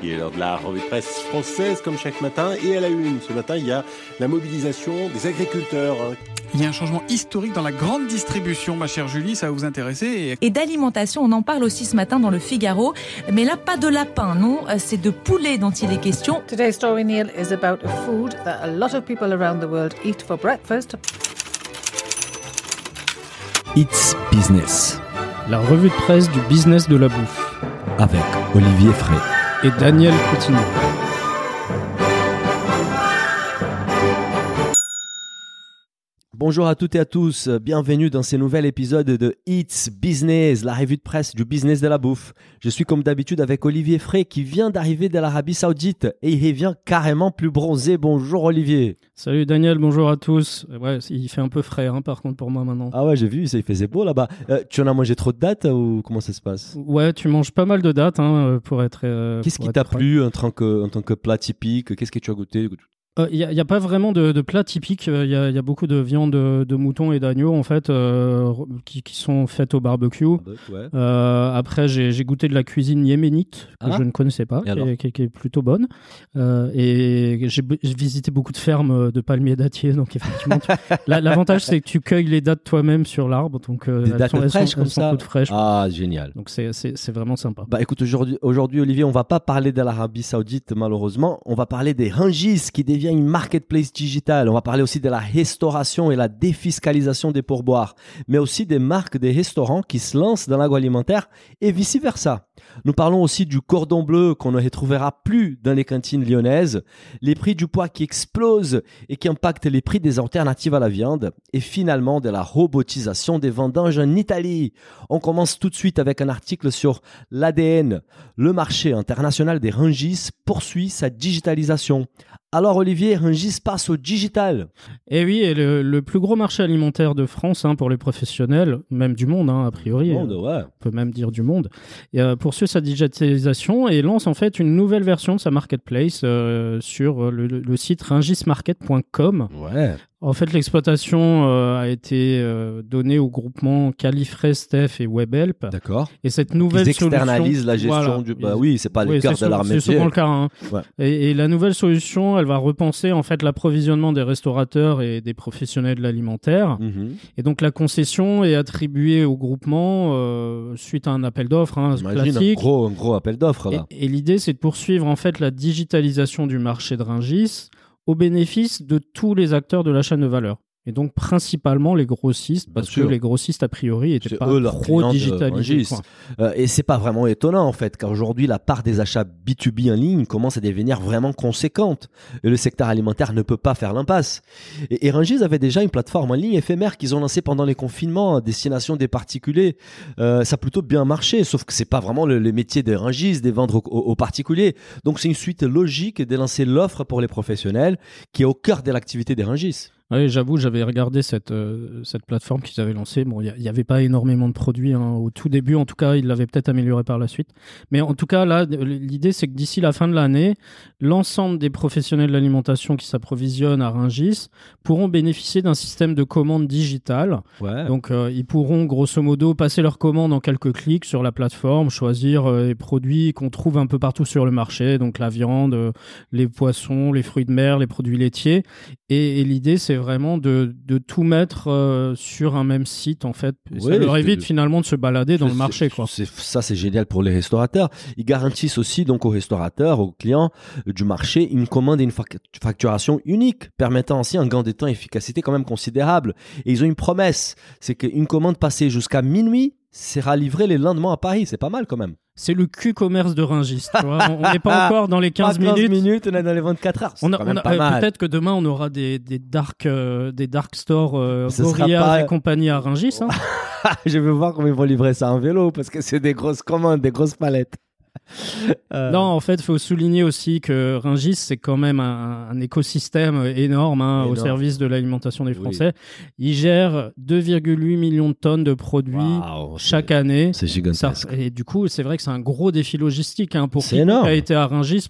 Il est l'heure de la revue de presse française comme chaque matin et à la une. Ce matin, il y a la mobilisation des agriculteurs. Il y a un changement historique dans la grande distribution, ma chère Julie, ça va vous intéresser. Et d'alimentation, on en parle aussi ce matin dans le Figaro. Mais là, pas de lapin, non, c'est de poulet dont il est question. Today's story, Neil, is about a food that a lot of people around the world eat for breakfast. It's Business. La revue de presse du business de la bouffe. Avec Olivier Frey et Daniel Coutinho. Bonjour à toutes et à tous, bienvenue dans ce nouvel épisode de It's Business, la revue de presse du business de la bouffe. Je suis comme d'habitude avec Olivier Frey qui vient d'arriver de l'Arabie Saoudite et il revient carrément plus bronzé. Bonjour Olivier. Salut Daniel, bonjour à tous. Ouais, il fait un peu frais par contre pour moi maintenant. Ah ouais, j'ai vu, il faisait beau là-bas. Tu en as mangé trop de dattes ou comment ça se passe? Ouais, tu manges pas mal de dattes pour être... Qu'est-ce qui t'a plu en tant que plat typique? Qu'est-ce que tu as goûté? Il y a pas vraiment de plat typique. Il y a beaucoup de viande de mouton et d'agneau en fait qui sont faites au barbecue. Ouais. Après j'ai goûté de la cuisine yéménite que je ne connaissais pas, qui est plutôt bonne. Et j'ai visité beaucoup de fermes de palmiers dattiers. Donc effectivement, l'avantage c'est que tu cueilles les dattes toi-même sur l'arbre. Donc des dattes fraîches comme ça. Toutes fraîches. Ah génial. Donc c'est vraiment sympa. Bah écoute, aujourd'hui Olivier, on va pas parler de l'Arabie Saoudite malheureusement. On va parler des Rungis qui deviennent une marketplace digitale. On va parler aussi de la restauration et la défiscalisation des pourboires, mais aussi des marques des restaurants qui se lancent dans l'agroalimentaire et vice-versa. Nous parlons aussi du cordon bleu qu'on ne retrouvera plus dans les cantines lyonnaises, les prix du pois qui explosent et qui impactent les prix des alternatives à la viande, et finalement de la robotisation des vendanges en Italie. On commence tout de suite avec un article sur l'ADN. Le marché international des Rungis poursuit sa digitalisation. Alors Olivier, Rungis passe au digital. Et oui, et le plus gros marché alimentaire de France pour les professionnels, même du monde a priori, ouais. On peut même dire du monde, et poursuit sa digitalisation et lance en fait une nouvelle version de sa marketplace sur le site rungismarket.com. Ouais. En fait, l'exploitation a été donnée au groupement Califrais, Steph et Webhelp. D'accord. Et cette nouvelle solution... Ils externalisent la gestion du... Bah oui, c'est pas le cœur de leur métier. C'est souvent le cas. Ouais. Et la nouvelle solution, elle va repenser en fait l'approvisionnement des restaurateurs et des professionnels de l'alimentaire. Mm-hmm. Et donc la concession est attribuée au groupement suite à un appel d'offres classique. Un gros appel d'offres là. Et l'idée, c'est de poursuivre en fait la digitalisation du marché de Rungis au bénéfice de tous les acteurs de la chaîne de valeur. Et donc, principalement les grossistes, parce que les grossistes, a priori, n'étaient pas trop digitalisés. Et c'est pas vraiment étonnant, en fait, car aujourd'hui, la part des achats B2B en ligne commence à devenir vraiment conséquente. Et le secteur alimentaire ne peut pas faire l'impasse. Et Rungis avait déjà une plateforme en ligne éphémère qu'ils ont lancée pendant les confinements à destination des particuliers. Ça a plutôt bien marché, sauf que c'est pas vraiment le métier de Rungis, de vendre aux particuliers. Donc, c'est une suite logique de lancer l'offre pour les professionnels qui est au cœur de l'activité des Rungis. Oui, j'avoue, j'avais regardé cette plateforme qu'ils avaient lancée. Bon, il n'y avait pas énormément de produits au tout début. En tout cas, ils l'avaient peut-être amélioré par la suite. Mais en tout cas, là, l'idée, c'est que d'ici la fin de l'année, l'ensemble des professionnels de l'alimentation qui s'approvisionnent à Rungis pourront bénéficier d'un système de commande digitale. Ouais. Donc, ils pourront, grosso modo, passer leurs commandes en quelques clics sur la plateforme, choisir les produits qu'on trouve un peu partout sur le marché. Donc, la viande, les poissons, les fruits de mer, les produits laitiers. Et l'idée, c'est vraiment de tout mettre sur un même site, en fait. Ça leur évite finalement de se balader dans le marché, quoi. C'est génial pour les restaurateurs. Ils garantissent aussi donc aux restaurateurs, aux clients du marché, une commande et une facturation unique, permettant ainsi un gain de temps et efficacité quand même considérable. Et ils ont une promesse, c'est qu'une commande passée jusqu'à minuit sera livrée les lendemains à Paris. C'est pas mal quand même. C'est le Q-commerce de Rungis. Tu vois, on n'est pas encore dans les 15 minutes. On est dans les 24 heures. C'est quand même pas mal. Peut-être que demain, on aura des dark stores Gorilla et compagnie à Rungis. Je veux voir comment ils vont livrer ça en vélo parce que c'est des grosses commandes, des grosses palettes. Non, en fait, il faut souligner aussi que Rungis, c'est quand même un écosystème énorme au service de l'alimentation des Français. Oui. Il gère 2,8 millions de tonnes de produits chaque année. C'est gigantesque. Et du coup, c'est vrai que c'est un gros défi logistique pour qui a été à Rungis.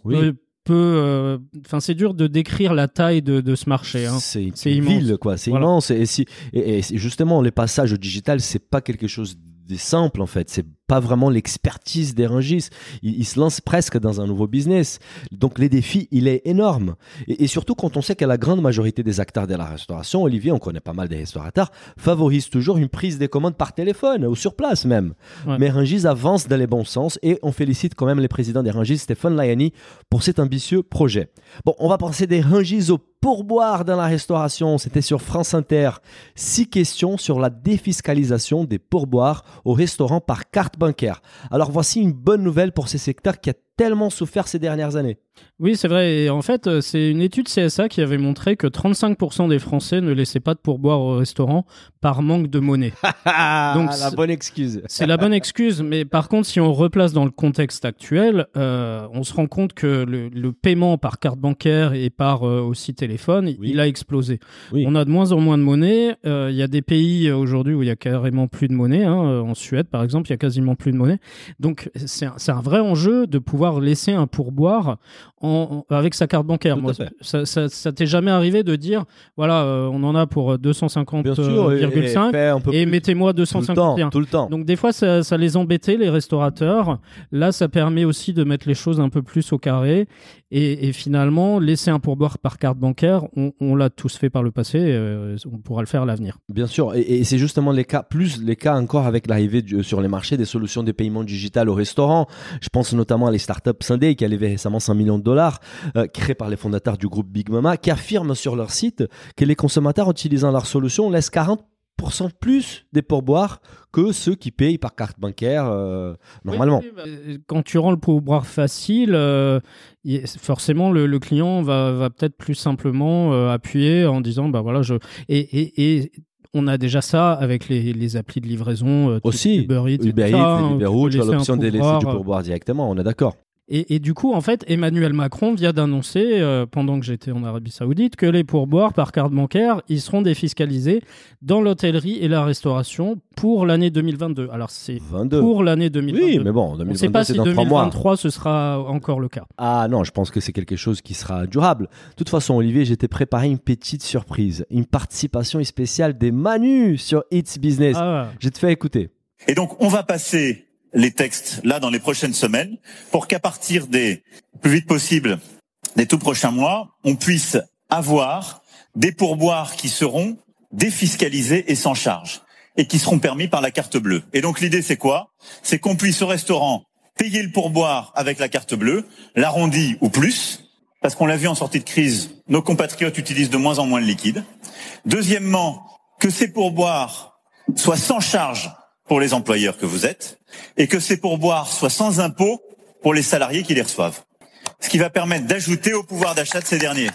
C'est dur de décrire la taille de ce marché. C'est une ville, quoi. C'est immense. Et justement, les passages au digital, c'est pas quelque chose des simples en fait. C'est pas vraiment l'expertise des Rungis. Ils se lancent presque dans un nouveau business. Donc les défis, il est énorme. Et surtout quand on sait que la grande majorité des acteurs de la restauration, Olivier, on connaît pas mal des restaurateurs, favorisent toujours une prise des commandes par téléphone ou sur place même. Ouais. Mais Rungis avance dans les bons sens et on félicite quand même les présidents des Rungis, Stéphane Layani, pour cet ambitieux projet. Bon, on va passer des Rungis au pourboire dans la restauration. C'était sur France Inter. 6 questions sur la défiscalisation des pourboires au restaurant par carte bancaire. Alors voici une bonne nouvelle pour ces secteurs qui a tellement souffert ces dernières années. Oui, c'est vrai. Et en fait, c'est une étude CSA qui avait montré que 35% des Français ne laissaient pas de pourboire au restaurant par manque de monnaie. Donc, la bonne excuse. C'est la bonne excuse. Mais par contre, si on replace dans le contexte actuel, on se rend compte que le paiement par carte bancaire et par aussi téléphone, oui, il a explosé. Oui. On a de moins en moins de monnaie. Il y a des pays aujourd'hui où il y a carrément plus de monnaie. En Suède, par exemple, il y a quasiment plus de monnaie. Donc, c'est un vrai enjeu de pouvoir laisser un pourboire avec sa carte bancaire. Moi, ça t'est jamais arrivé de dire voilà, on en a pour 250,5 et mettez-moi 251. Tout le temps. Donc des fois ça les embêtait, les restaurateurs. Là, ça permet aussi de mettre les choses un peu plus au carré et finalement laisser un pourboire par carte bancaire, on l'a tous fait par le passé, on pourra le faire à l'avenir. Bien sûr, et c'est justement les cas encore avec l'arrivée sur les marchés des solutions de paiement digital au restaurant. Je pense notamment à les startups Sunday qui a levé récemment $100 millions créés par les fondateurs du groupe Big Mama, qui affirment sur leur site que les consommateurs utilisant leur solution laissent 40% plus des pourboires que ceux qui payent par carte bancaire normalement. Oui, quand tu rends le pourboire facile, forcément le client va peut-être plus simplement appuyer en disant bah voilà et on a déjà ça avec les applis de livraison aussi Uber Eats, Deliveroo, tu as l'option de laisser du pourboire directement, on est d'accord. Et du coup, en fait, Emmanuel Macron vient d'annoncer, pendant que j'étais en Arabie Saoudite, que les pourboires par carte bancaire, ils seront défiscalisés dans l'hôtellerie et la restauration pour l'année 2022. Alors, c'est pour l'année 2022. Oui, mais bon, 2022, on ne sait pas si dans 2023, ce sera encore le cas. Ah non, je pense que c'est quelque chose qui sera durable. De toute façon, Olivier, j'ai préparé une petite surprise, une participation spéciale des Manu sur It's Business. Je te fais écouter. Et donc, on va passer les textes là dans les prochaines semaines pour qu'à partir des plus vite possible des tout prochains mois, on puisse avoir des pourboires qui seront défiscalisés et sans charge et qui seront permis par la carte bleue. Et donc l'idée c'est quoi ? C'est qu'on puisse au restaurant payer le pourboire avec la carte bleue, l'arrondi ou plus, parce qu'on l'a vu en sortie de crise, nos compatriotes utilisent de moins en moins de liquide. Deuxièmement, que ces pourboires soient sans charge pour les employeurs que vous êtes, et que ces pourboires soient sans impôt pour les salariés qui les reçoivent. Ce qui va permettre d'ajouter au pouvoir d'achat de ces derniers.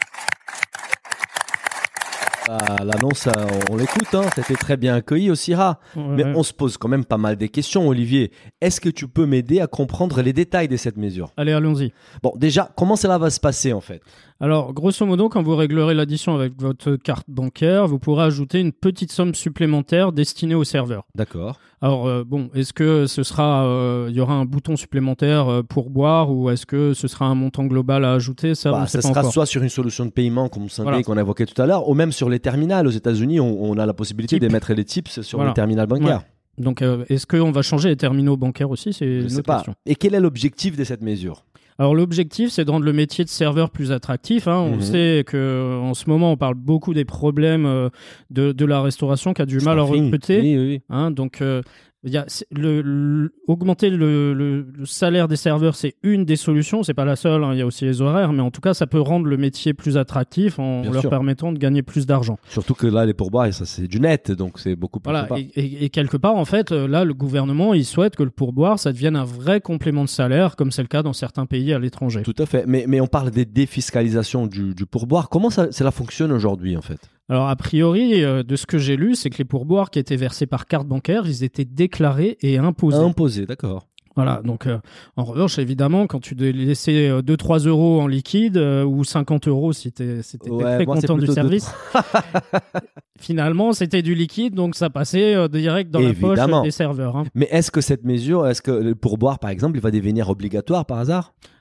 L'annonce, on l'écoute, c'était très bien accueilli au CIRA. Mais on se pose quand même pas mal des questions, Olivier. Est-ce que tu peux m'aider à comprendre les détails de cette mesure ? Allez, allons-y. Bon, déjà, comment cela va se passer en fait ? Alors, grosso modo, quand vous réglerez l'addition avec votre carte bancaire, vous pourrez ajouter une petite somme supplémentaire destinée au serveur. D'accord. Alors, est-ce que ce sera, y aura un bouton supplémentaire pour boire ou est-ce que ce sera un montant global à ajouter ? Ça sera soit sur une solution de paiement comme Sunday qu'on a évoqué tout à l'heure, ou même sur les terminals. Aux États-Unis, on a la possibilité de mettre les tips sur les terminals bancaires. Ouais. Donc, est-ce qu'on va changer les terminaux bancaires aussi ? C'est une autre question. Et quel est l'objectif de cette mesure ? Alors l'objectif, c'est de rendre le métier de serveur plus attractif. On sait que en ce moment, on parle beaucoup des problèmes de la restauration qui a du mal à recruter. Oui. Donc augmenter le salaire des serveurs, c'est une des solutions. C'est pas la seule. Il y a aussi les horaires, mais en tout cas, ça peut rendre le métier plus attractif en leur permettant de gagner plus d'argent. Surtout que là, les pourboires, ça c'est du net, donc c'est beaucoup plus sympa. Et quelque part, en fait, là, le gouvernement, il souhaite que le pourboire, ça devienne un vrai complément de salaire, comme c'est le cas dans certains pays à l'étranger. Tout à fait. Mais on parle des défiscalisations du pourboire. Comment cela fonctionne aujourd'hui, en fait ? Alors, a priori, de ce que j'ai lu, c'est que les pourboires qui étaient versés par carte bancaire, ils étaient déclarés et imposés. Imposés, d'accord. Voilà, donc en revanche, évidemment, quand tu laissais 2-3 euros en liquide ou 50 euros si c'était très content du service, finalement, c'était du liquide, donc ça passait direct dans la poche des serveurs. Mais est-ce que cette mesure, est-ce que le pourboire, par exemple, il va devenir obligatoire par hasard ?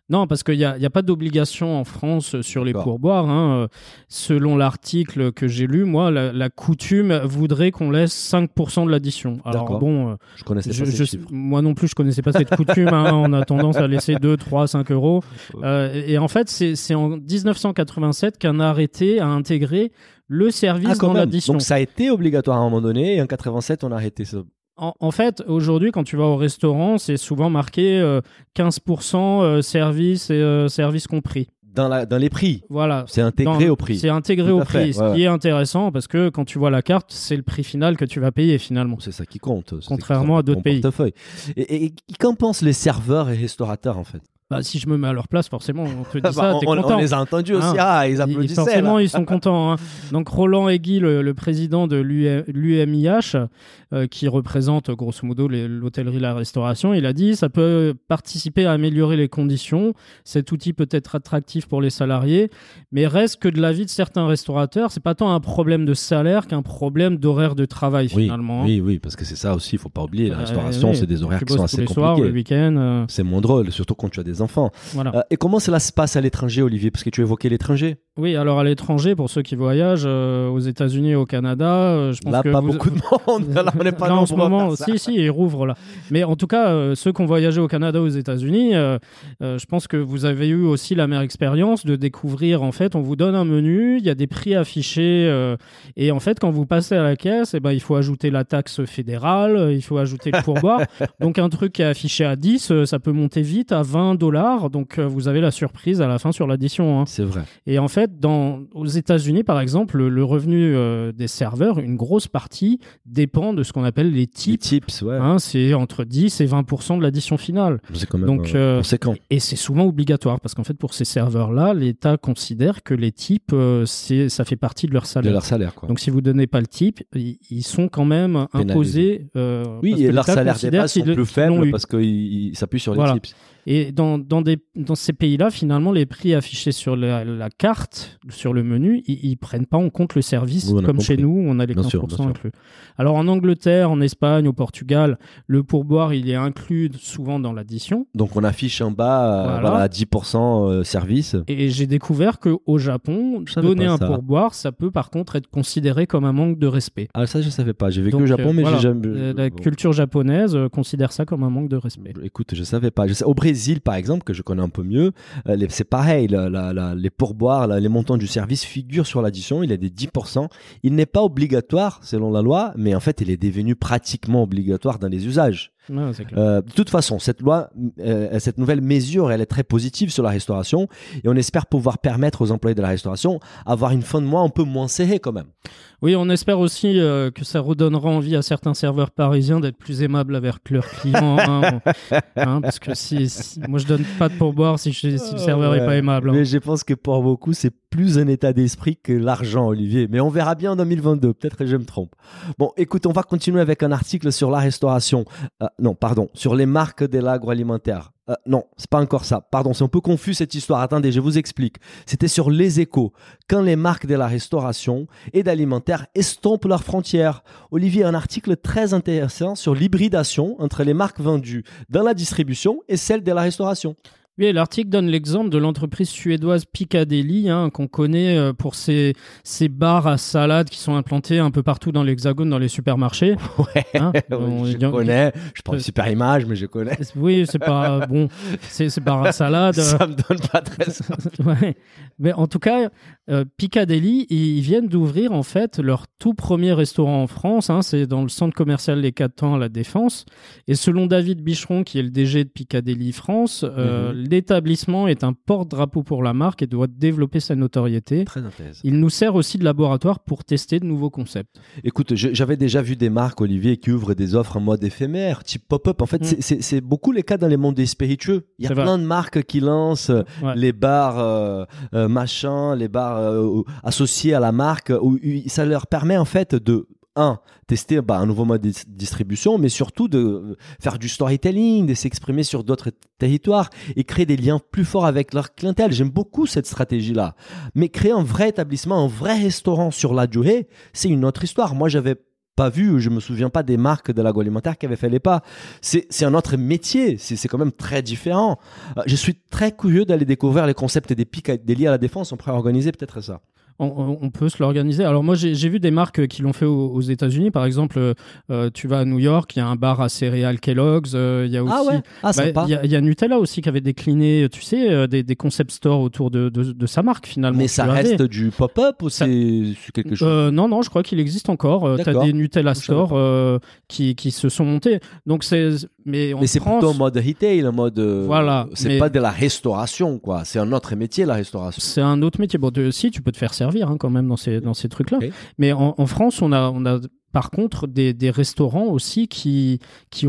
Non, parce qu'il y a pas d'obligation en France sur les D'accord. pourboires. Hein. Selon l'article que j'ai lu, moi, la coutume voudrait qu'on laisse 5% de l'addition. Alors D'accord. bon, Je connaissais pas ces chiffres. moi non plus, je connaissais pas cette coutume. Hein. On a tendance à laisser 2, 3, 5 euros. Et en fait, c'est en 1987 qu'un arrêté a intégré le service Quand dans même. l'addition. Donc ça a été obligatoire à un moment donné et en 87 on a arrêté ça. En fait, aujourd'hui, quand tu vas au restaurant, c'est souvent marqué 15% service et service compris. Dans les prix. Voilà. C'est intégré au prix. C'est intégré Tout au à fait, prix. Ce qui est intéressant, parce que quand tu vois la carte, c'est le prix final que tu vas payer finalement. C'est ça qui compte. Contrairement à d'autres pays. Portefeuille. Et qu'en pensent les serveurs et restaurateurs en fait? Bah, si je me mets à leur place, forcément, on te dit ça, t'es on content. les a entendus aussi. Ils applaudissaient. Forcément, là. ils sont contents. Hein. Donc, Roland Egui, le président de l'UMIH, qui représente grosso modo l'hôtellerie, la restauration, il a dit ça peut participer à améliorer les conditions. Cet outil peut être attractif pour les salariés, mais reste que de l'avis de certains restaurateurs, c'est pas tant un problème de salaire qu'un problème d'horaire de travail finalement. Oui, parce que c'est ça aussi, il faut pas oublier. La restauration, c'est des horaires qui sont assez tous les compliqués. soirs, le week-end. C'est moins drôle, surtout quand tu as des enfants. Voilà. Et comment cela se passe à l'étranger, Olivier? Parce que tu évoquais l'étranger. Oui, alors à l'étranger, pour ceux qui voyagent, aux États-Unis et au Canada, je pense là, que pas beaucoup de monde. Là, on n'est pas en ce nombreux à moment, faire ça. si, ils rouvrent là. Mais en tout cas, ceux qui ont voyagé au Canada, aux États-Unis, je pense que vous avez eu aussi la même expérience de découvrir. En fait, on vous donne un menu, il y a des prix affichés, et en fait, quand vous passez à la caisse, il faut ajouter la taxe fédérale, il faut ajouter le pourboire. Donc, un truc qui est affiché à 10, ça peut monter vite à $20. Donc, vous avez la surprise à la fin sur l'addition. Hein. C'est vrai. Et en fait, aux États-Unis, par exemple, le revenu des serveurs, une grosse partie dépend de ce qu'on appelle les tips. Les tips, ouais. Hein, c'est entre 10 et 20% de l'addition finale. C'est quand même Donc, conséquent. Et c'est souvent obligatoire parce qu'en fait, pour ces serveurs-là, l'État considère que les tips, ça fait partie de leur salaire. De leur salaire, quoi. Donc, si vous ne donnez pas le tip, ils sont quand même imposés. Oui, et leur salaire des bases sont plus faibles parce qu'ils s'appuient sur les tips. Et dans ces pays-là, finalement, les prix affichés sur la carte, sur le menu, ils prennent pas en compte le service comme chez nous, on a les 15% inclus. Alors en Angleterre, en Espagne, au Portugal, le pourboire, il est inclus souvent dans l'addition. Donc on affiche en bas voilà, 10% service. Et j'ai découvert qu'au Japon, donner un pourboire, ça peut par contre être considéré comme un manque de respect. Ah ça, je savais pas. J'ai vécu au Japon, mais j'ai jamais... La culture japonaise considère ça comme un manque de respect. Écoute, je savais pas. Au Brésil, par exemple, que je connais un peu mieux, c'est pareil. Les pourboires, les montants du service figurent sur l'addition. Il est des 10%. Il n'est pas obligatoire selon la loi, mais en fait, il est devenu pratiquement obligatoire dans les usages. Ouais, c'est clair. De toute façon, cette loi, cette nouvelle mesure, elle est très positive sur la restauration et on espère pouvoir permettre aux employés de la restauration d'avoir une fin de mois un peu moins serrée quand même. Oui, on espère aussi que ça redonnera envie à certains serveurs parisiens d'être plus aimables avec leurs clients. Parce que moi, je donne pas de pourboire si le serveur est pas aimable. Mais je pense que pour beaucoup, c'est plus un état d'esprit que l'argent, Olivier. Mais on verra bien en 2022. Peut-être que je me trompe. Bon, écoute, on va continuer avec un article sur la restauration. Sur les marques de l'agroalimentaire. Non, c'est pas encore ça. Pardon, c'est un peu confus cette histoire. Attendez, je vous explique. C'était sur Les Échos. Quand les marques de la restauration et d'alimentaire estompent leurs frontières. Olivier, un article très intéressant sur l'hybridation entre les marques vendues dans la distribution et celles de la restauration. Oui, l'article donne l'exemple de l'entreprise suédoise Piccadilly, qu'on connaît pour ses bars à salade qui sont implantés un peu partout dans l'Hexagone, dans les supermarchés. Ouais, je connais. Je prends une super image, mais je connais. Oui, c'est pas bon. C'est bars à salade. Ça me donne pas très ouais. Mais en tout cas, Piccadilly, ils viennent d'ouvrir en fait leur tout premier restaurant en France. C'est dans le centre commercial Les 4 Temps à La Défense. Et selon David Bicheron, qui est le DG de Piccadilly France, l'établissement est un porte-drapeau pour la marque et doit développer sa notoriété. Très intéressant. Il nous sert aussi de laboratoire pour tester de nouveaux concepts. Écoute, j'avais déjà vu des marques, Olivier, qui ouvrent des offres en mode éphémère, type pop-up. En fait, c'est beaucoup les cas dans les mondes des spiritueux. Il y a plein de marques qui lancent les bars les bars associés à la marque, où ça leur permet en fait de tester un nouveau mode de distribution, mais surtout de faire du storytelling, de s'exprimer sur d'autres territoires et créer des liens plus forts avec leur clientèle. J'aime beaucoup cette stratégie-là. Mais créer un vrai établissement, un vrai restaurant sur la durée, c'est une autre histoire. Moi, j'avais pas vu, je me souviens pas des marques de l'agroalimentaire qui avaient fait les pas. C'est un autre métier, c'est quand même très différent. Je suis très curieux d'aller découvrir les concepts des pics liés à la défense. On pourrait organiser peut-être ça. On peut se l'organiser. Alors moi, j'ai vu des marques qui l'ont fait aux États-Unis. Par exemple, tu vas à New York, il y a un bar à céréales Kellogg's. Il y a aussi, sympa. Il y a Nutella aussi qui avait décliné, tu sais, des concept stores autour de sa marque finalement. Mais ça reste du pop-up ou c'est quelque chose Non, je crois qu'il existe encore. Tu as des Nutella stores qui se sont montés. Donc mais c'est plutôt en mode retail, en mode. Voilà. C'est pas de la restauration, quoi. C'est un autre métier, la restauration. C'est un autre métier. Bon, si tu peux te faire servir quand même dans ces trucs-là. Okay. Mais en France, on a par contre des restaurants aussi qui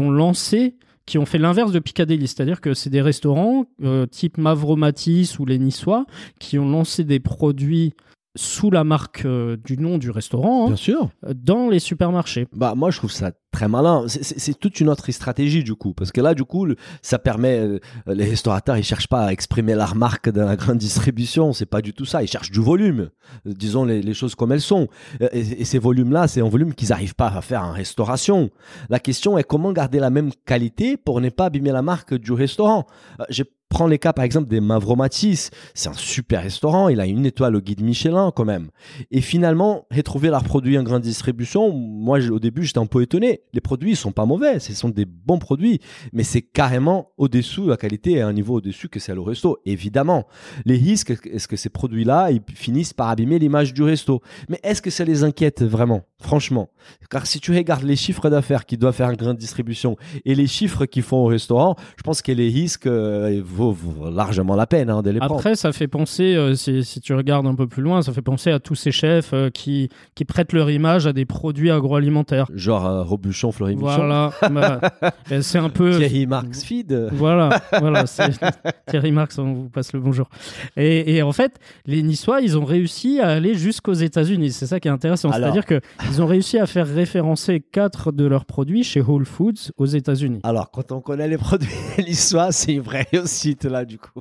ont fait l'inverse de Piccadilly, c'est-à-dire que c'est des restaurants type Mavromatis ou les Niçois qui ont lancé des produits sous la marque du nom du restaurant, bien sûr, dans les supermarchés. Bah moi je trouve ça très malin. C'est toute une autre stratégie du coup, parce que là du coup ça permet les restaurateurs ils cherchent pas à exprimer leur marque dans la grande distribution, c'est pas du tout ça. Ils cherchent du volume, disons les choses comme elles sont. Et ces volumes-là, c'est un volume qu'ils arrivent pas à faire en restauration. La question est comment garder la même qualité pour ne pas abîmer la marque du restaurant. Prends les cas par exemple des Mavromatis, c'est un super restaurant, il a une étoile au guide Michelin quand même. Et finalement, retrouver leurs produits en grande distribution, moi au début j'étais un peu étonné. Les produits ils sont pas mauvais, ce sont des bons produits, mais c'est carrément au-dessous, la qualité est à un niveau au-dessus que celle au resto. Évidemment, les risques, est-ce que ces produits-là ils finissent par abîmer l'image du resto? Mais est-ce que ça les inquiète vraiment? Franchement, car si tu regardes les chiffres d'affaires qu'ils doivent faire en grande distribution et les chiffres qu'ils font au restaurant, je pense que les risques vaut largement la peine de les prendre. Après, ça fait penser, si tu regardes un peu plus loin, ça fait penser à tous ces chefs qui prêtent leur image à des produits agroalimentaires. Genre Robuchon, Fleury Michon. Voilà, c'est un peu... Thierry Marx Feed. Voilà, c'est Thierry Marx, on vous passe le bonjour. Et en fait, les Niçois, ils ont réussi à aller jusqu'aux États-Unis. C'est ça qui est intéressant. C'est-à-dire qu'ils ont réussi à faire référencer 4 de leurs produits chez Whole Foods aux États-Unis. Alors, quand on connaît les produits niçois, c'est une vraie réussite là, du coup.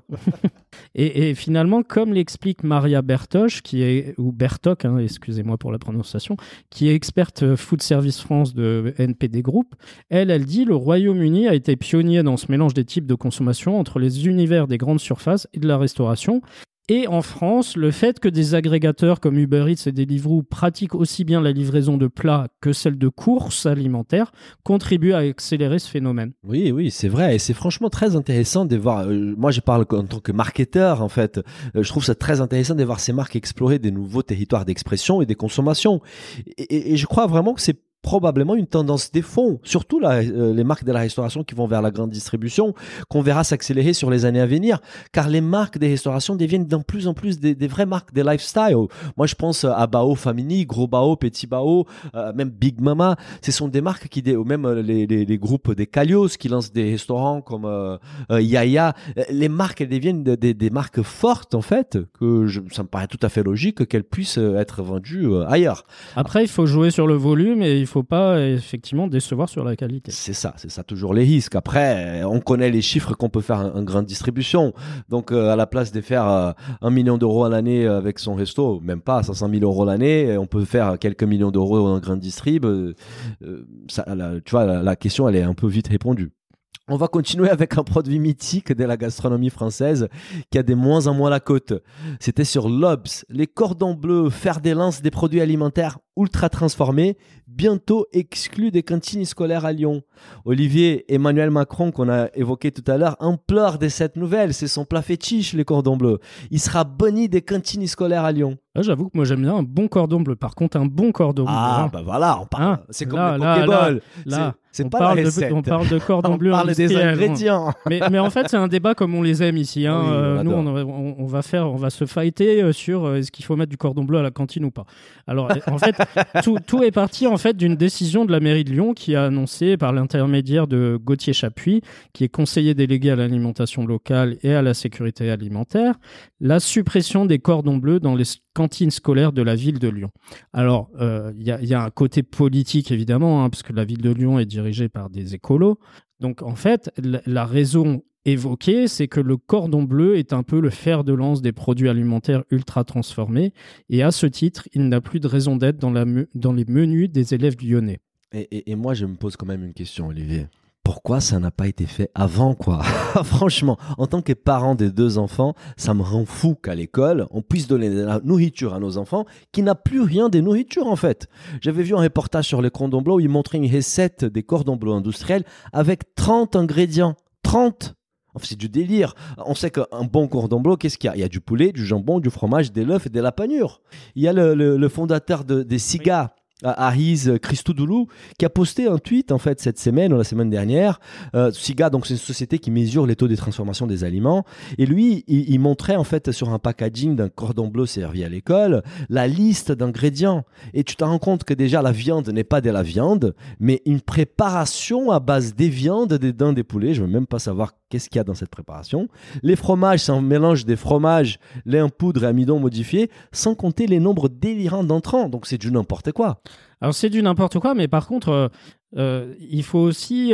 et finalement, comme l'explique Maria Bertoch, ou Bertoch, excusez-moi pour la prononciation, qui est experte Food Service France de NPD Group, elle dit le Royaume-Uni a été pionnier dans ce mélange des types de consommation entre les univers des grandes surfaces et de la restauration. Et en France, le fait que des agrégateurs comme Uber Eats et Deliveroo pratiquent aussi bien la livraison de plats que celle de courses alimentaires contribue à accélérer ce phénomène. Oui, c'est vrai. Et c'est franchement très intéressant de voir... moi, je parle en tant que marketeur, en fait. Je trouve ça très intéressant de voir ces marques explorer des nouveaux territoires d'expression et des consommations. Et je crois vraiment que c'est probablement une tendance des fonds, surtout les marques de la restauration qui vont vers la grande distribution, qu'on verra s'accélérer sur les années à venir, car les marques des restaurations deviennent de plus en plus des vraies marques des lifestyle. Moi, je pense à Bao Family, Gros Bao, Petit Bao, même Big Mama. Ce sont des marques ou même les groupes des Calios qui lancent des restaurants comme Yaya. Les marques, elles deviennent des marques fortes, en fait, ça me paraît tout à fait logique qu'elles puissent être vendues ailleurs. Après, il faut jouer sur le volume et il faut pas effectivement décevoir sur la qualité. C'est ça toujours les risques. Après, on connaît les chiffres qu'on peut faire en grande distribution. Donc, à la place de faire 1 million d'euros à l'année avec son resto, même pas 500 000 euros l'année, on peut faire quelques millions d'euros en grande distrib. Tu vois, la question, elle est un peu vite répondue. On va continuer avec un produit mythique de la gastronomie française qui a de moins en moins la cote. C'était sur l'Obs, les cordons bleus, fer des lances des produits alimentaires ultra transformés, bientôt exclus des cantines scolaires à Lyon. Olivier Emmanuel Macron, qu'on a évoqué tout à l'heure, implore de cette nouvelle. C'est son plat fétiche, les cordons bleus. Il sera banni des cantines scolaires à Lyon. J'avoue que moi j'aime bien un bon cordon bleu. Par contre, un bon cordon bleu. Bah voilà, on parle. C'est comme les Pokéball. On parle de cordon bleu. On parle des ingrédients. Mais en fait, c'est un débat comme on les aime ici. Oui, nous, on va se fighter sur est-ce qu'il faut mettre du cordon bleu à la cantine ou pas. Alors, en fait, tout est parti en fait d'une décision de la mairie de Lyon qui a annoncé par l'intermédiaire de Gauthier Chapuis, qui est conseiller délégué à l'alimentation locale et à la sécurité alimentaire, la suppression des cordons bleus dans les cantines scolaires de la ville de Lyon. Alors, il y a un côté politique évidemment, parce que la ville de Lyon est dirigée par des écolos. Donc, en fait, la raison évoqué, c'est que le cordon bleu est un peu le fer de lance des produits alimentaires ultra transformés. Et à ce titre, il n'a plus de raison d'être dans les menus des élèves lyonnais. Et moi, je me pose quand même une question, Olivier. Pourquoi ça n'a pas été fait avant, quoi? Franchement, en tant que parent des 2 enfants, ça me rend fou qu'à l'école, on puisse donner de la nourriture à nos enfants qui n'a plus rien des nourritures, en fait. J'avais vu un reportage sur les cordons bleus où ils montraient une recette des cordons bleus industriels avec 30 ingrédients. 30! Enfin, c'est du délire. On sait qu'un bon cordon bleu, qu'est-ce qu'il y a? Il y a du poulet, du jambon, du fromage, des œufs et de la panure. Il y a le fondateur des SIGA, Ariz Christodoulou, qui a posté un tweet en fait cette semaine ou la semaine dernière. SIGA, donc c'est une société qui mesure les taux de transformation des aliments, et lui il montrait en fait sur un packaging d'un cordon bleu servi à l'école la liste d'ingrédients, et tu te rends compte que déjà la viande n'est pas de la viande mais une préparation à base des viandes, des dents, des poulets. Je veux même pas savoir qu'est-ce qu'il y a dans cette préparation. Les fromages, c'est un mélange des fromages, lait en poudre et amidon modifié, sans compter les nombres délirants d'entrants. Donc c'est du n'importe quoi. Alors c'est du n'importe quoi, mais par contre, il faut aussi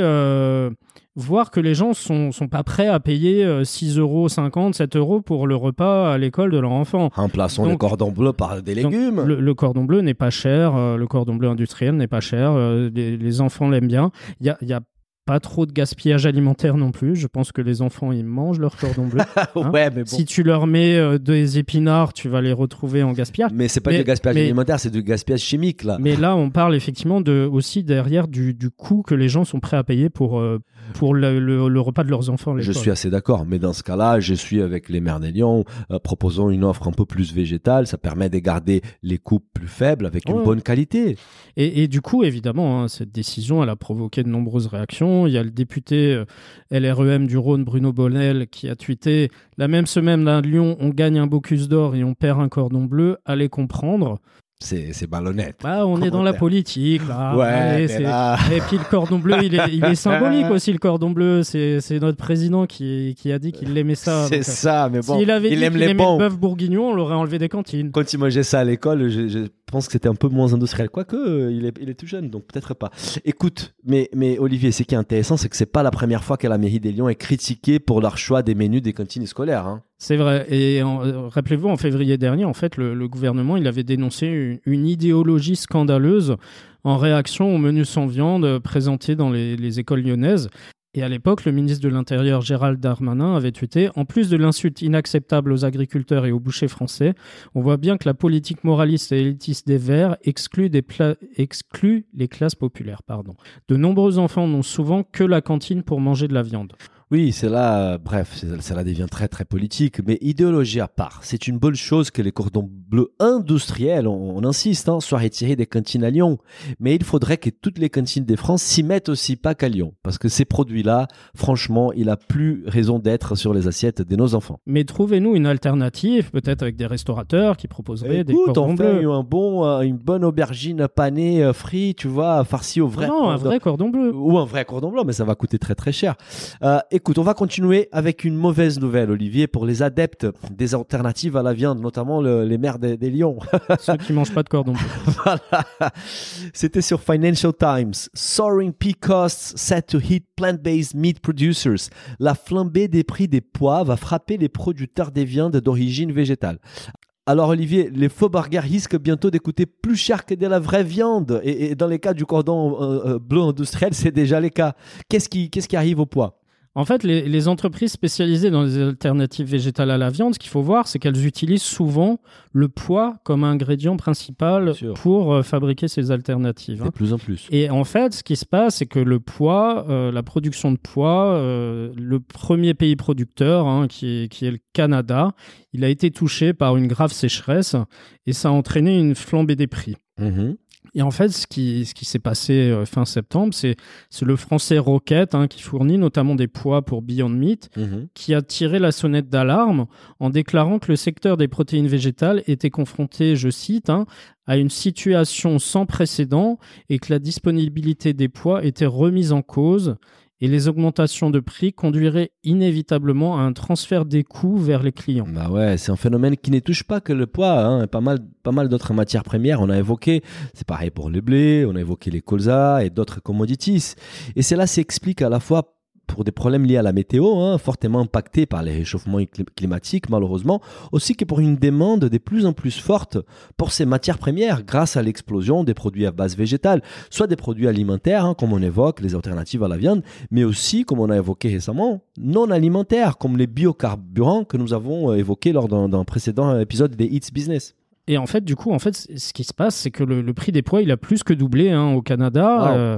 voir que les gens sont pas prêts à payer 6,50 €, 7 € pour le repas à l'école de leur enfant. Remplaçons le cordon bleu par des légumes. Le cordon bleu n'est pas cher, le cordon bleu industriel n'est pas cher, les enfants l'aiment bien. Il y a pas trop de gaspillage alimentaire non plus. Je pense que les enfants, ils mangent leur cordon bleu. Ouais, mais bon. Si tu leur mets des épinards, tu vas les retrouver en gaspillage. Mais c'est pas du gaspillage alimentaire, c'est du gaspillage chimique, là. Mais là, on parle effectivement aussi derrière du coût que les gens sont prêts à payer pour le repas de leurs enfants. Je suis assez d'accord. Mais dans ce cas-là, je suis avec les Mères des Lions. Proposons une offre un peu plus végétale. Ça permet de garder les coûts plus faibles avec une bonne qualité. Et du coup, évidemment, cette décision, elle a provoqué de nombreuses réactions. Il y a le député LREM du Rhône, Bruno Bonnel, qui a tweeté « La même semaine à Lyon, on gagne un Bocuse d'or et on perd un cordon bleu. Allez comprendre ». C'est malhonnête. On est dans la politique, là. Ouais, là... Et puis le cordon bleu, il est symbolique aussi, le cordon bleu. C'est notre président qui a dit qu'il aimait ça. C'est ça, mais bon. S'il avait dit aime qu'il aimait le bœuf bourguignon, on l'aurait enlevé des cantines. Quand il mangeait ça à l'école, je pense que c'était un peu moins industriel. Quoique, il est tout jeune, donc peut-être pas. Écoute, mais Olivier, ce qui est intéressant, c'est que c'est pas la première fois que la mairie des Lions est critiquée pour leur choix des menus des cantines scolaires, hein. C'est vrai. Et rappelez-vous, en février dernier, en fait, le gouvernement, il avait dénoncé une idéologie scandaleuse en réaction aux menus sans viande présentés dans les écoles lyonnaises. Et à l'époque, le ministre de l'Intérieur, Gérald Darmanin, avait tweeté « En plus de l'insulte inacceptable aux agriculteurs et aux bouchers français, on voit bien que la politique moraliste et élitiste des Verts exclut les classes populaires. De nombreux enfants n'ont souvent que la cantine pour manger de la viande. » Oui, c'est là, bref, cela devient très très politique, mais idéologie à part, c'est une bonne chose que les cordons bleus industriels, on insiste, soient retirés des cantines à Lyon. Mais il faudrait que toutes les cantines de France s'y mettent aussi, pas qu'à Lyon, parce que ces produits-là, franchement, il n'a plus raison d'être sur les assiettes de nos enfants. Mais trouvez-nous une alternative, peut-être avec des restaurateurs qui proposeraient des cordons bleus. Une bonne aubergine panée frite, tu vois, farcie au vrai. Non, un vrai cordon bleu. Ou un vrai cordon bleu, mais ça va coûter très très cher. Écoute, on va continuer avec une mauvaise nouvelle, Olivier, pour les adeptes des alternatives à la viande, notamment les mères des lions. Ceux qui mangent pas de cordon bleu. Voilà. C'était sur Financial Times. Soaring pea costs set to hit plant-based meat producers. La flambée des prix des pois va frapper les producteurs des viandes d'origine végétale. Alors Olivier, les faux burgers risquent bientôt de coûter plus cher que de la vraie viande. Et dans les cas du cordon bleu industriel, c'est déjà le cas. Qu'est-ce qui arrive au pois ? En fait, les entreprises spécialisées dans les alternatives végétales à la viande, ce qu'il faut voir, c'est qu'elles utilisent souvent le pois comme ingrédient principal pour fabriquer ces alternatives. De plus en plus. Et en fait, ce qui se passe, c'est que le pois, la production de pois, le premier pays producteur, qui est le Canada, il a été touché par une grave sécheresse et ça a entraîné une flambée des prix. Mmh. Et en fait, ce qui s'est passé fin septembre, c'est le français Roquette, qui fournit notamment des pois pour Beyond Meat, qui a tiré la sonnette d'alarme en déclarant que le secteur des protéines végétales était confronté, je cite, à une situation sans précédent et que la disponibilité des pois était remise en cause. Et les augmentations de prix conduiraient inévitablement à un transfert des coûts vers les clients. Bah ouais, c'est un phénomène qui ne touche pas que le pois, pas mal d'autres matières premières. On a évoqué, c'est pareil pour le blé, on a évoqué les colzas et d'autres commodities. Et cela s'explique à la fois pour des problèmes liés à la météo, fortement impactés par les réchauffements climatiques malheureusement, aussi que pour une demande de plus en plus forte pour ces matières premières grâce à l'explosion des produits à base végétale, soit des produits alimentaires, comme on évoque, les alternatives à la viande, mais aussi, comme on a évoqué récemment, non alimentaires, comme les biocarburants que nous avons évoqués lors d'un précédent épisode des It's Business. Et en fait, du coup, ce qui se passe, c'est que le prix des pois, il a plus que doublé au Canada.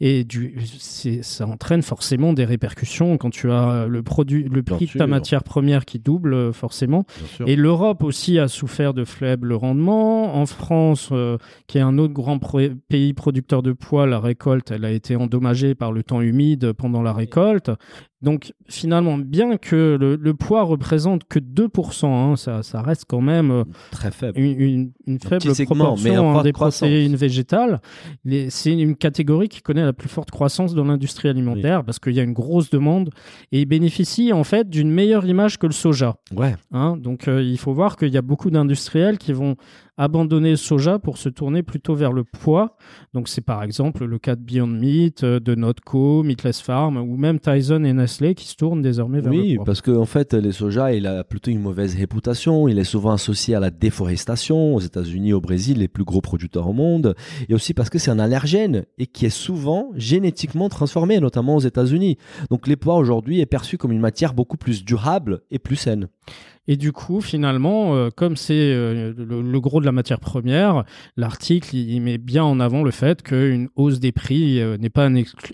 Ça entraîne forcément des répercussions quand tu as le prix de ta matière première qui double, forcément. Et l'Europe aussi a souffert de faibles rendements. En France, qui est un autre grand pays producteur de pois, la récolte, elle a été endommagée par le temps humide pendant la récolte. Donc finalement, bien que le pois représente que 2%, ça reste quand même très faible. Une faible proportion des protéines végétales. C'est une catégorie qui connaît la plus forte croissance dans l'industrie alimentaire parce qu'il y a une grosse demande et il bénéficie en fait d'une meilleure image que le soja. Ouais. Donc il faut voir qu'il y a beaucoup d'industriels qui vont abandonner le soja pour se tourner plutôt vers le pois. Donc c'est par exemple le cas de Beyond Meat, de Notco, Meatless Farm ou même Tyson et Nestlé qui se tournent désormais vers le pois. Oui, parce qu'en fait, le soja, il a plutôt une mauvaise réputation. Il est souvent associé à la déforestation aux États-Unis, au Brésil, les plus gros producteurs au monde. Et aussi parce que c'est un allergène et qui est souvent génétiquement transformé, notamment aux États-Unis. Donc les pois aujourd'hui est perçu comme une matière beaucoup plus durable et plus saine. Et du coup, finalement, comme c'est le gros de la matière première, l'article il met bien en avant le fait qu'une hausse des prix n'est pas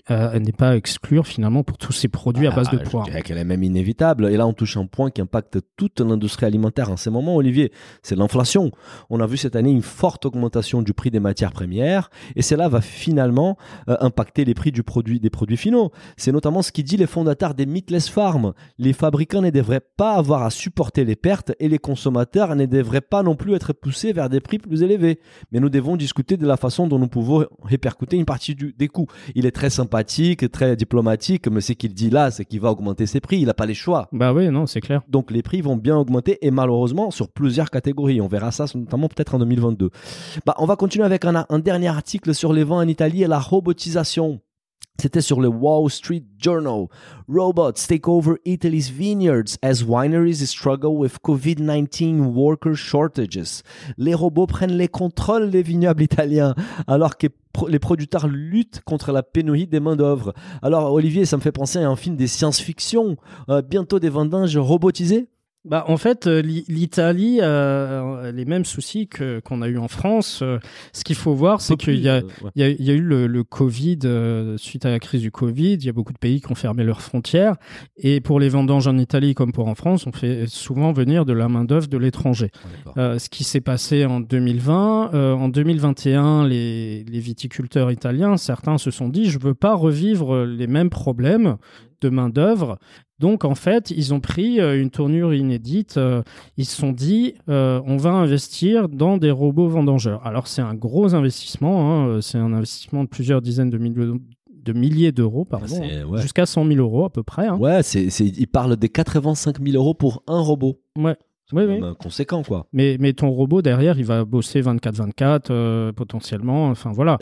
à exclure finalement pour tous ces produits à base de pois. Je dirais qu'elle est même inévitable. Et là, on touche un point qui impacte toute l'industrie alimentaire en ces moments, Olivier. C'est l'inflation. On a vu cette année une forte augmentation du prix des matières premières et cela va finalement impacter les prix des produits finaux. C'est notamment ce dit les fondateurs des Meatless Farm. Les fabricants ne devraient pas avoir à supporter les pertes et les consommateurs ne devraient pas non plus être poussés vers des prix plus élevés. Mais nous devons discuter de la façon dont nous pouvons répercuter une partie des coûts. Il est très sympathique, très diplomatique, mais ce qu'il dit là, c'est qu'il va augmenter ses prix. Il n'a pas les choix. Bah oui, non, c'est clair. Donc les prix vont bien augmenter et malheureusement sur plusieurs catégories. On verra ça notamment peut-être en 2022. On va continuer avec un dernier article sur les vents en Italie et la robotisation. C'était sur le Wall Street Journal. Robots take over Italy's vineyards as wineries struggle with COVID-19 worker shortages. Les robots prennent les contrôles des vignobles italiens alors que les producteurs luttent contre la pénurie des main-d'œuvre. Alors Olivier, ça me fait penser à un film des science-fiction. Bientôt des vendanges robotisées? En fait, l'Italie a les mêmes soucis qu'on a eu en France. Ce qu'il faut voir, c'est qu'il y a eu le Covid, suite à la crise du Covid, il y a beaucoup de pays qui ont fermé leurs frontières. Et pour les vendanges en Italie comme pour en France, on fait souvent venir de la main-d'œuvre de l'étranger. Ce qui s'est passé en 2020, en 2021, les viticulteurs italiens, certains se sont dit, je veux pas revivre les mêmes problèmes de main-d'œuvre. Donc, en fait, ils ont pris une tournure inédite. Ils se sont dit, on va investir dans des robots vendangeurs. Alors, c'est un gros investissement. C'est un investissement de plusieurs dizaines de milliers d'euros, jusqu'à 100 000 euros à peu près. Ouais, ils parlent des 85 000 euros pour un robot. Ouais. Oui. Conséquent, quoi. Mais ton robot, derrière, il va bosser 24/24, potentiellement. Enfin, voilà.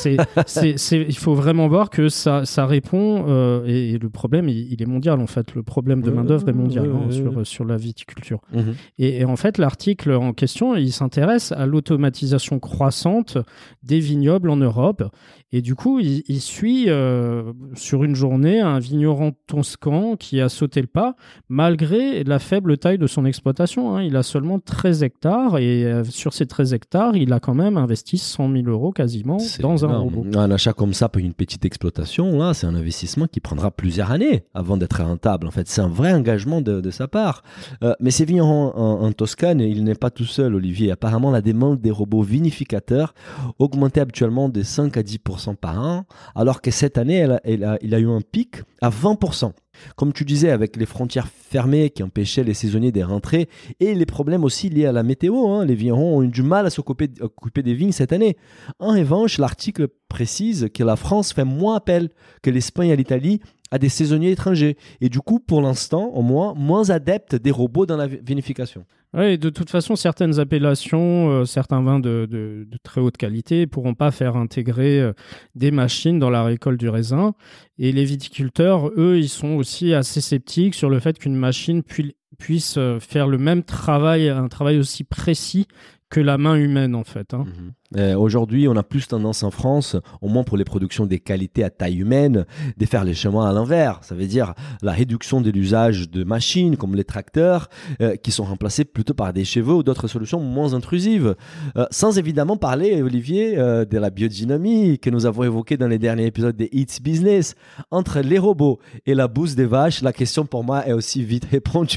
Il faut vraiment voir que ça répond, et le problème, il est mondial, en fait. Le problème de main-d'œuvre est mondial sur la viticulture. Et en fait, l'article en question, il s'intéresse à l'automatisation croissante des vignobles en Europe. Et du coup, il suit sur une journée un vigneron toscan qui a sauté le pas, malgré la faible taille de son exploitation. Il a seulement 13 hectares et sur ces 13 hectares, il a quand même investi 100 000 euros quasiment dans un robot. Un achat comme ça pour une petite exploitation, là, c'est un investissement qui prendra plusieurs années avant d'être rentable. En fait, c'est un vrai engagement de sa part. Mais ces vignerons en Toscane, il n'est pas tout seul, Olivier. Apparemment, la demande des robots vinificateurs augmentait habituellement de 5 à 10% par an, alors que cette année, il a eu un pic à 20%. Comme tu disais, avec les frontières fermées qui empêchaient les saisonniers de rentrer et les problèmes aussi liés à la météo, les vignerons ont eu du mal à s'occuper des vignes cette année. En revanche, l'article précise que la France fait moins appel que l'Espagne et l'Italie à des saisonniers étrangers. Et du coup, pour l'instant, au moins adeptes des robots dans la vinification. Oui, de toute façon, certaines appellations, certains vins de très haute qualité ne pourront pas faire intégrer des machines dans la récolte du raisin. Et les viticulteurs, eux, ils sont aussi assez sceptiques sur le fait qu'une machine puisse faire le même travail, un travail aussi précis que la main humaine, en fait. Aujourd'hui, on a plus tendance en France, au moins pour les productions des qualités à taille humaine, de faire les chemins à l'envers. Ça veut dire la réduction de l'usage de machines comme les tracteurs, qui sont remplacés plutôt par des chevaux ou d'autres solutions moins intrusives. Sans évidemment parler, Olivier, de la biodynamie que nous avons évoquée dans les derniers épisodes des It's Business. Entre les robots et la bouse des vaches, la question pour moi est aussi vite répondue.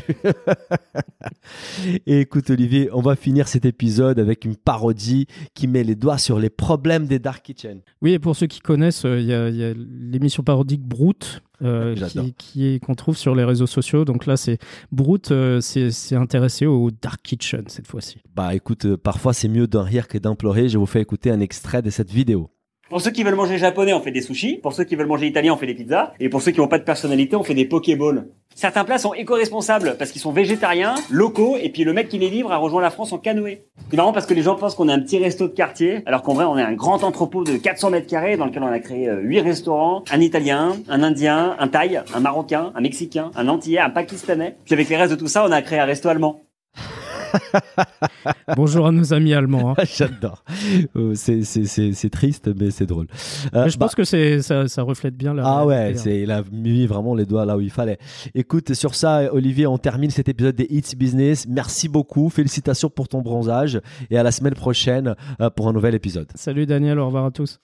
Et écoute Olivier, on va finir cet épisode avec une parodie qui met les doigts sur les problèmes des dark kitchen. Oui, et pour ceux qui connaissent, il y a l'émission parodique Brut qu'on trouve sur les réseaux sociaux. Donc là, c'est Brut, c'est intéressé au dark kitchen cette fois-ci. Bah écoute, parfois c'est mieux d'en rire que d'en pleurer. Je vous fais écouter un extrait de cette vidéo. Pour ceux qui veulent manger japonais, on fait des sushis. Pour ceux qui veulent manger italien, on fait des pizzas. Et pour ceux qui n'ont pas de personnalité, on fait des pokéballs. Certains plats sont éco-responsables parce qu'ils sont végétariens, locaux, et puis le mec qui les livre a rejoint la France en canoë. C'est marrant parce que les gens pensent qu'on est un petit resto de quartier, alors qu'en vrai on est un grand entrepôt de 400 mètres carrés dans lequel on a créé 8 restaurants, un italien, un indien, un thaï, un marocain, un mexicain, un antillais, un pakistanais. Puis avec les restes de tout ça, on a créé un resto allemand. Bonjour à nos amis allemands. J'adore. C'est triste, mais c'est drôle. Je pense que ça reflète bien la. Ah ouais, il a mis vraiment les doigts là où il fallait. Écoute, sur ça, Olivier, on termine cet épisode des It's Business. Merci beaucoup. Félicitations pour ton bronzage. Et à la semaine prochaine pour un nouvel épisode. Salut Daniel, au revoir à tous.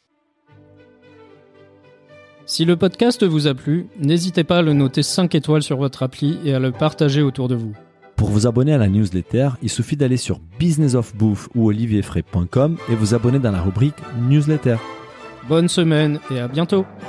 Si le podcast vous a plu, n'hésitez pas à le noter 5 étoiles sur votre appli et à le partager autour de vous. Pour vous abonner à la newsletter, il suffit d'aller sur businessofbouffe ou olivierfray.com et vous abonner dans la rubrique newsletter. Bonne semaine et à bientôt.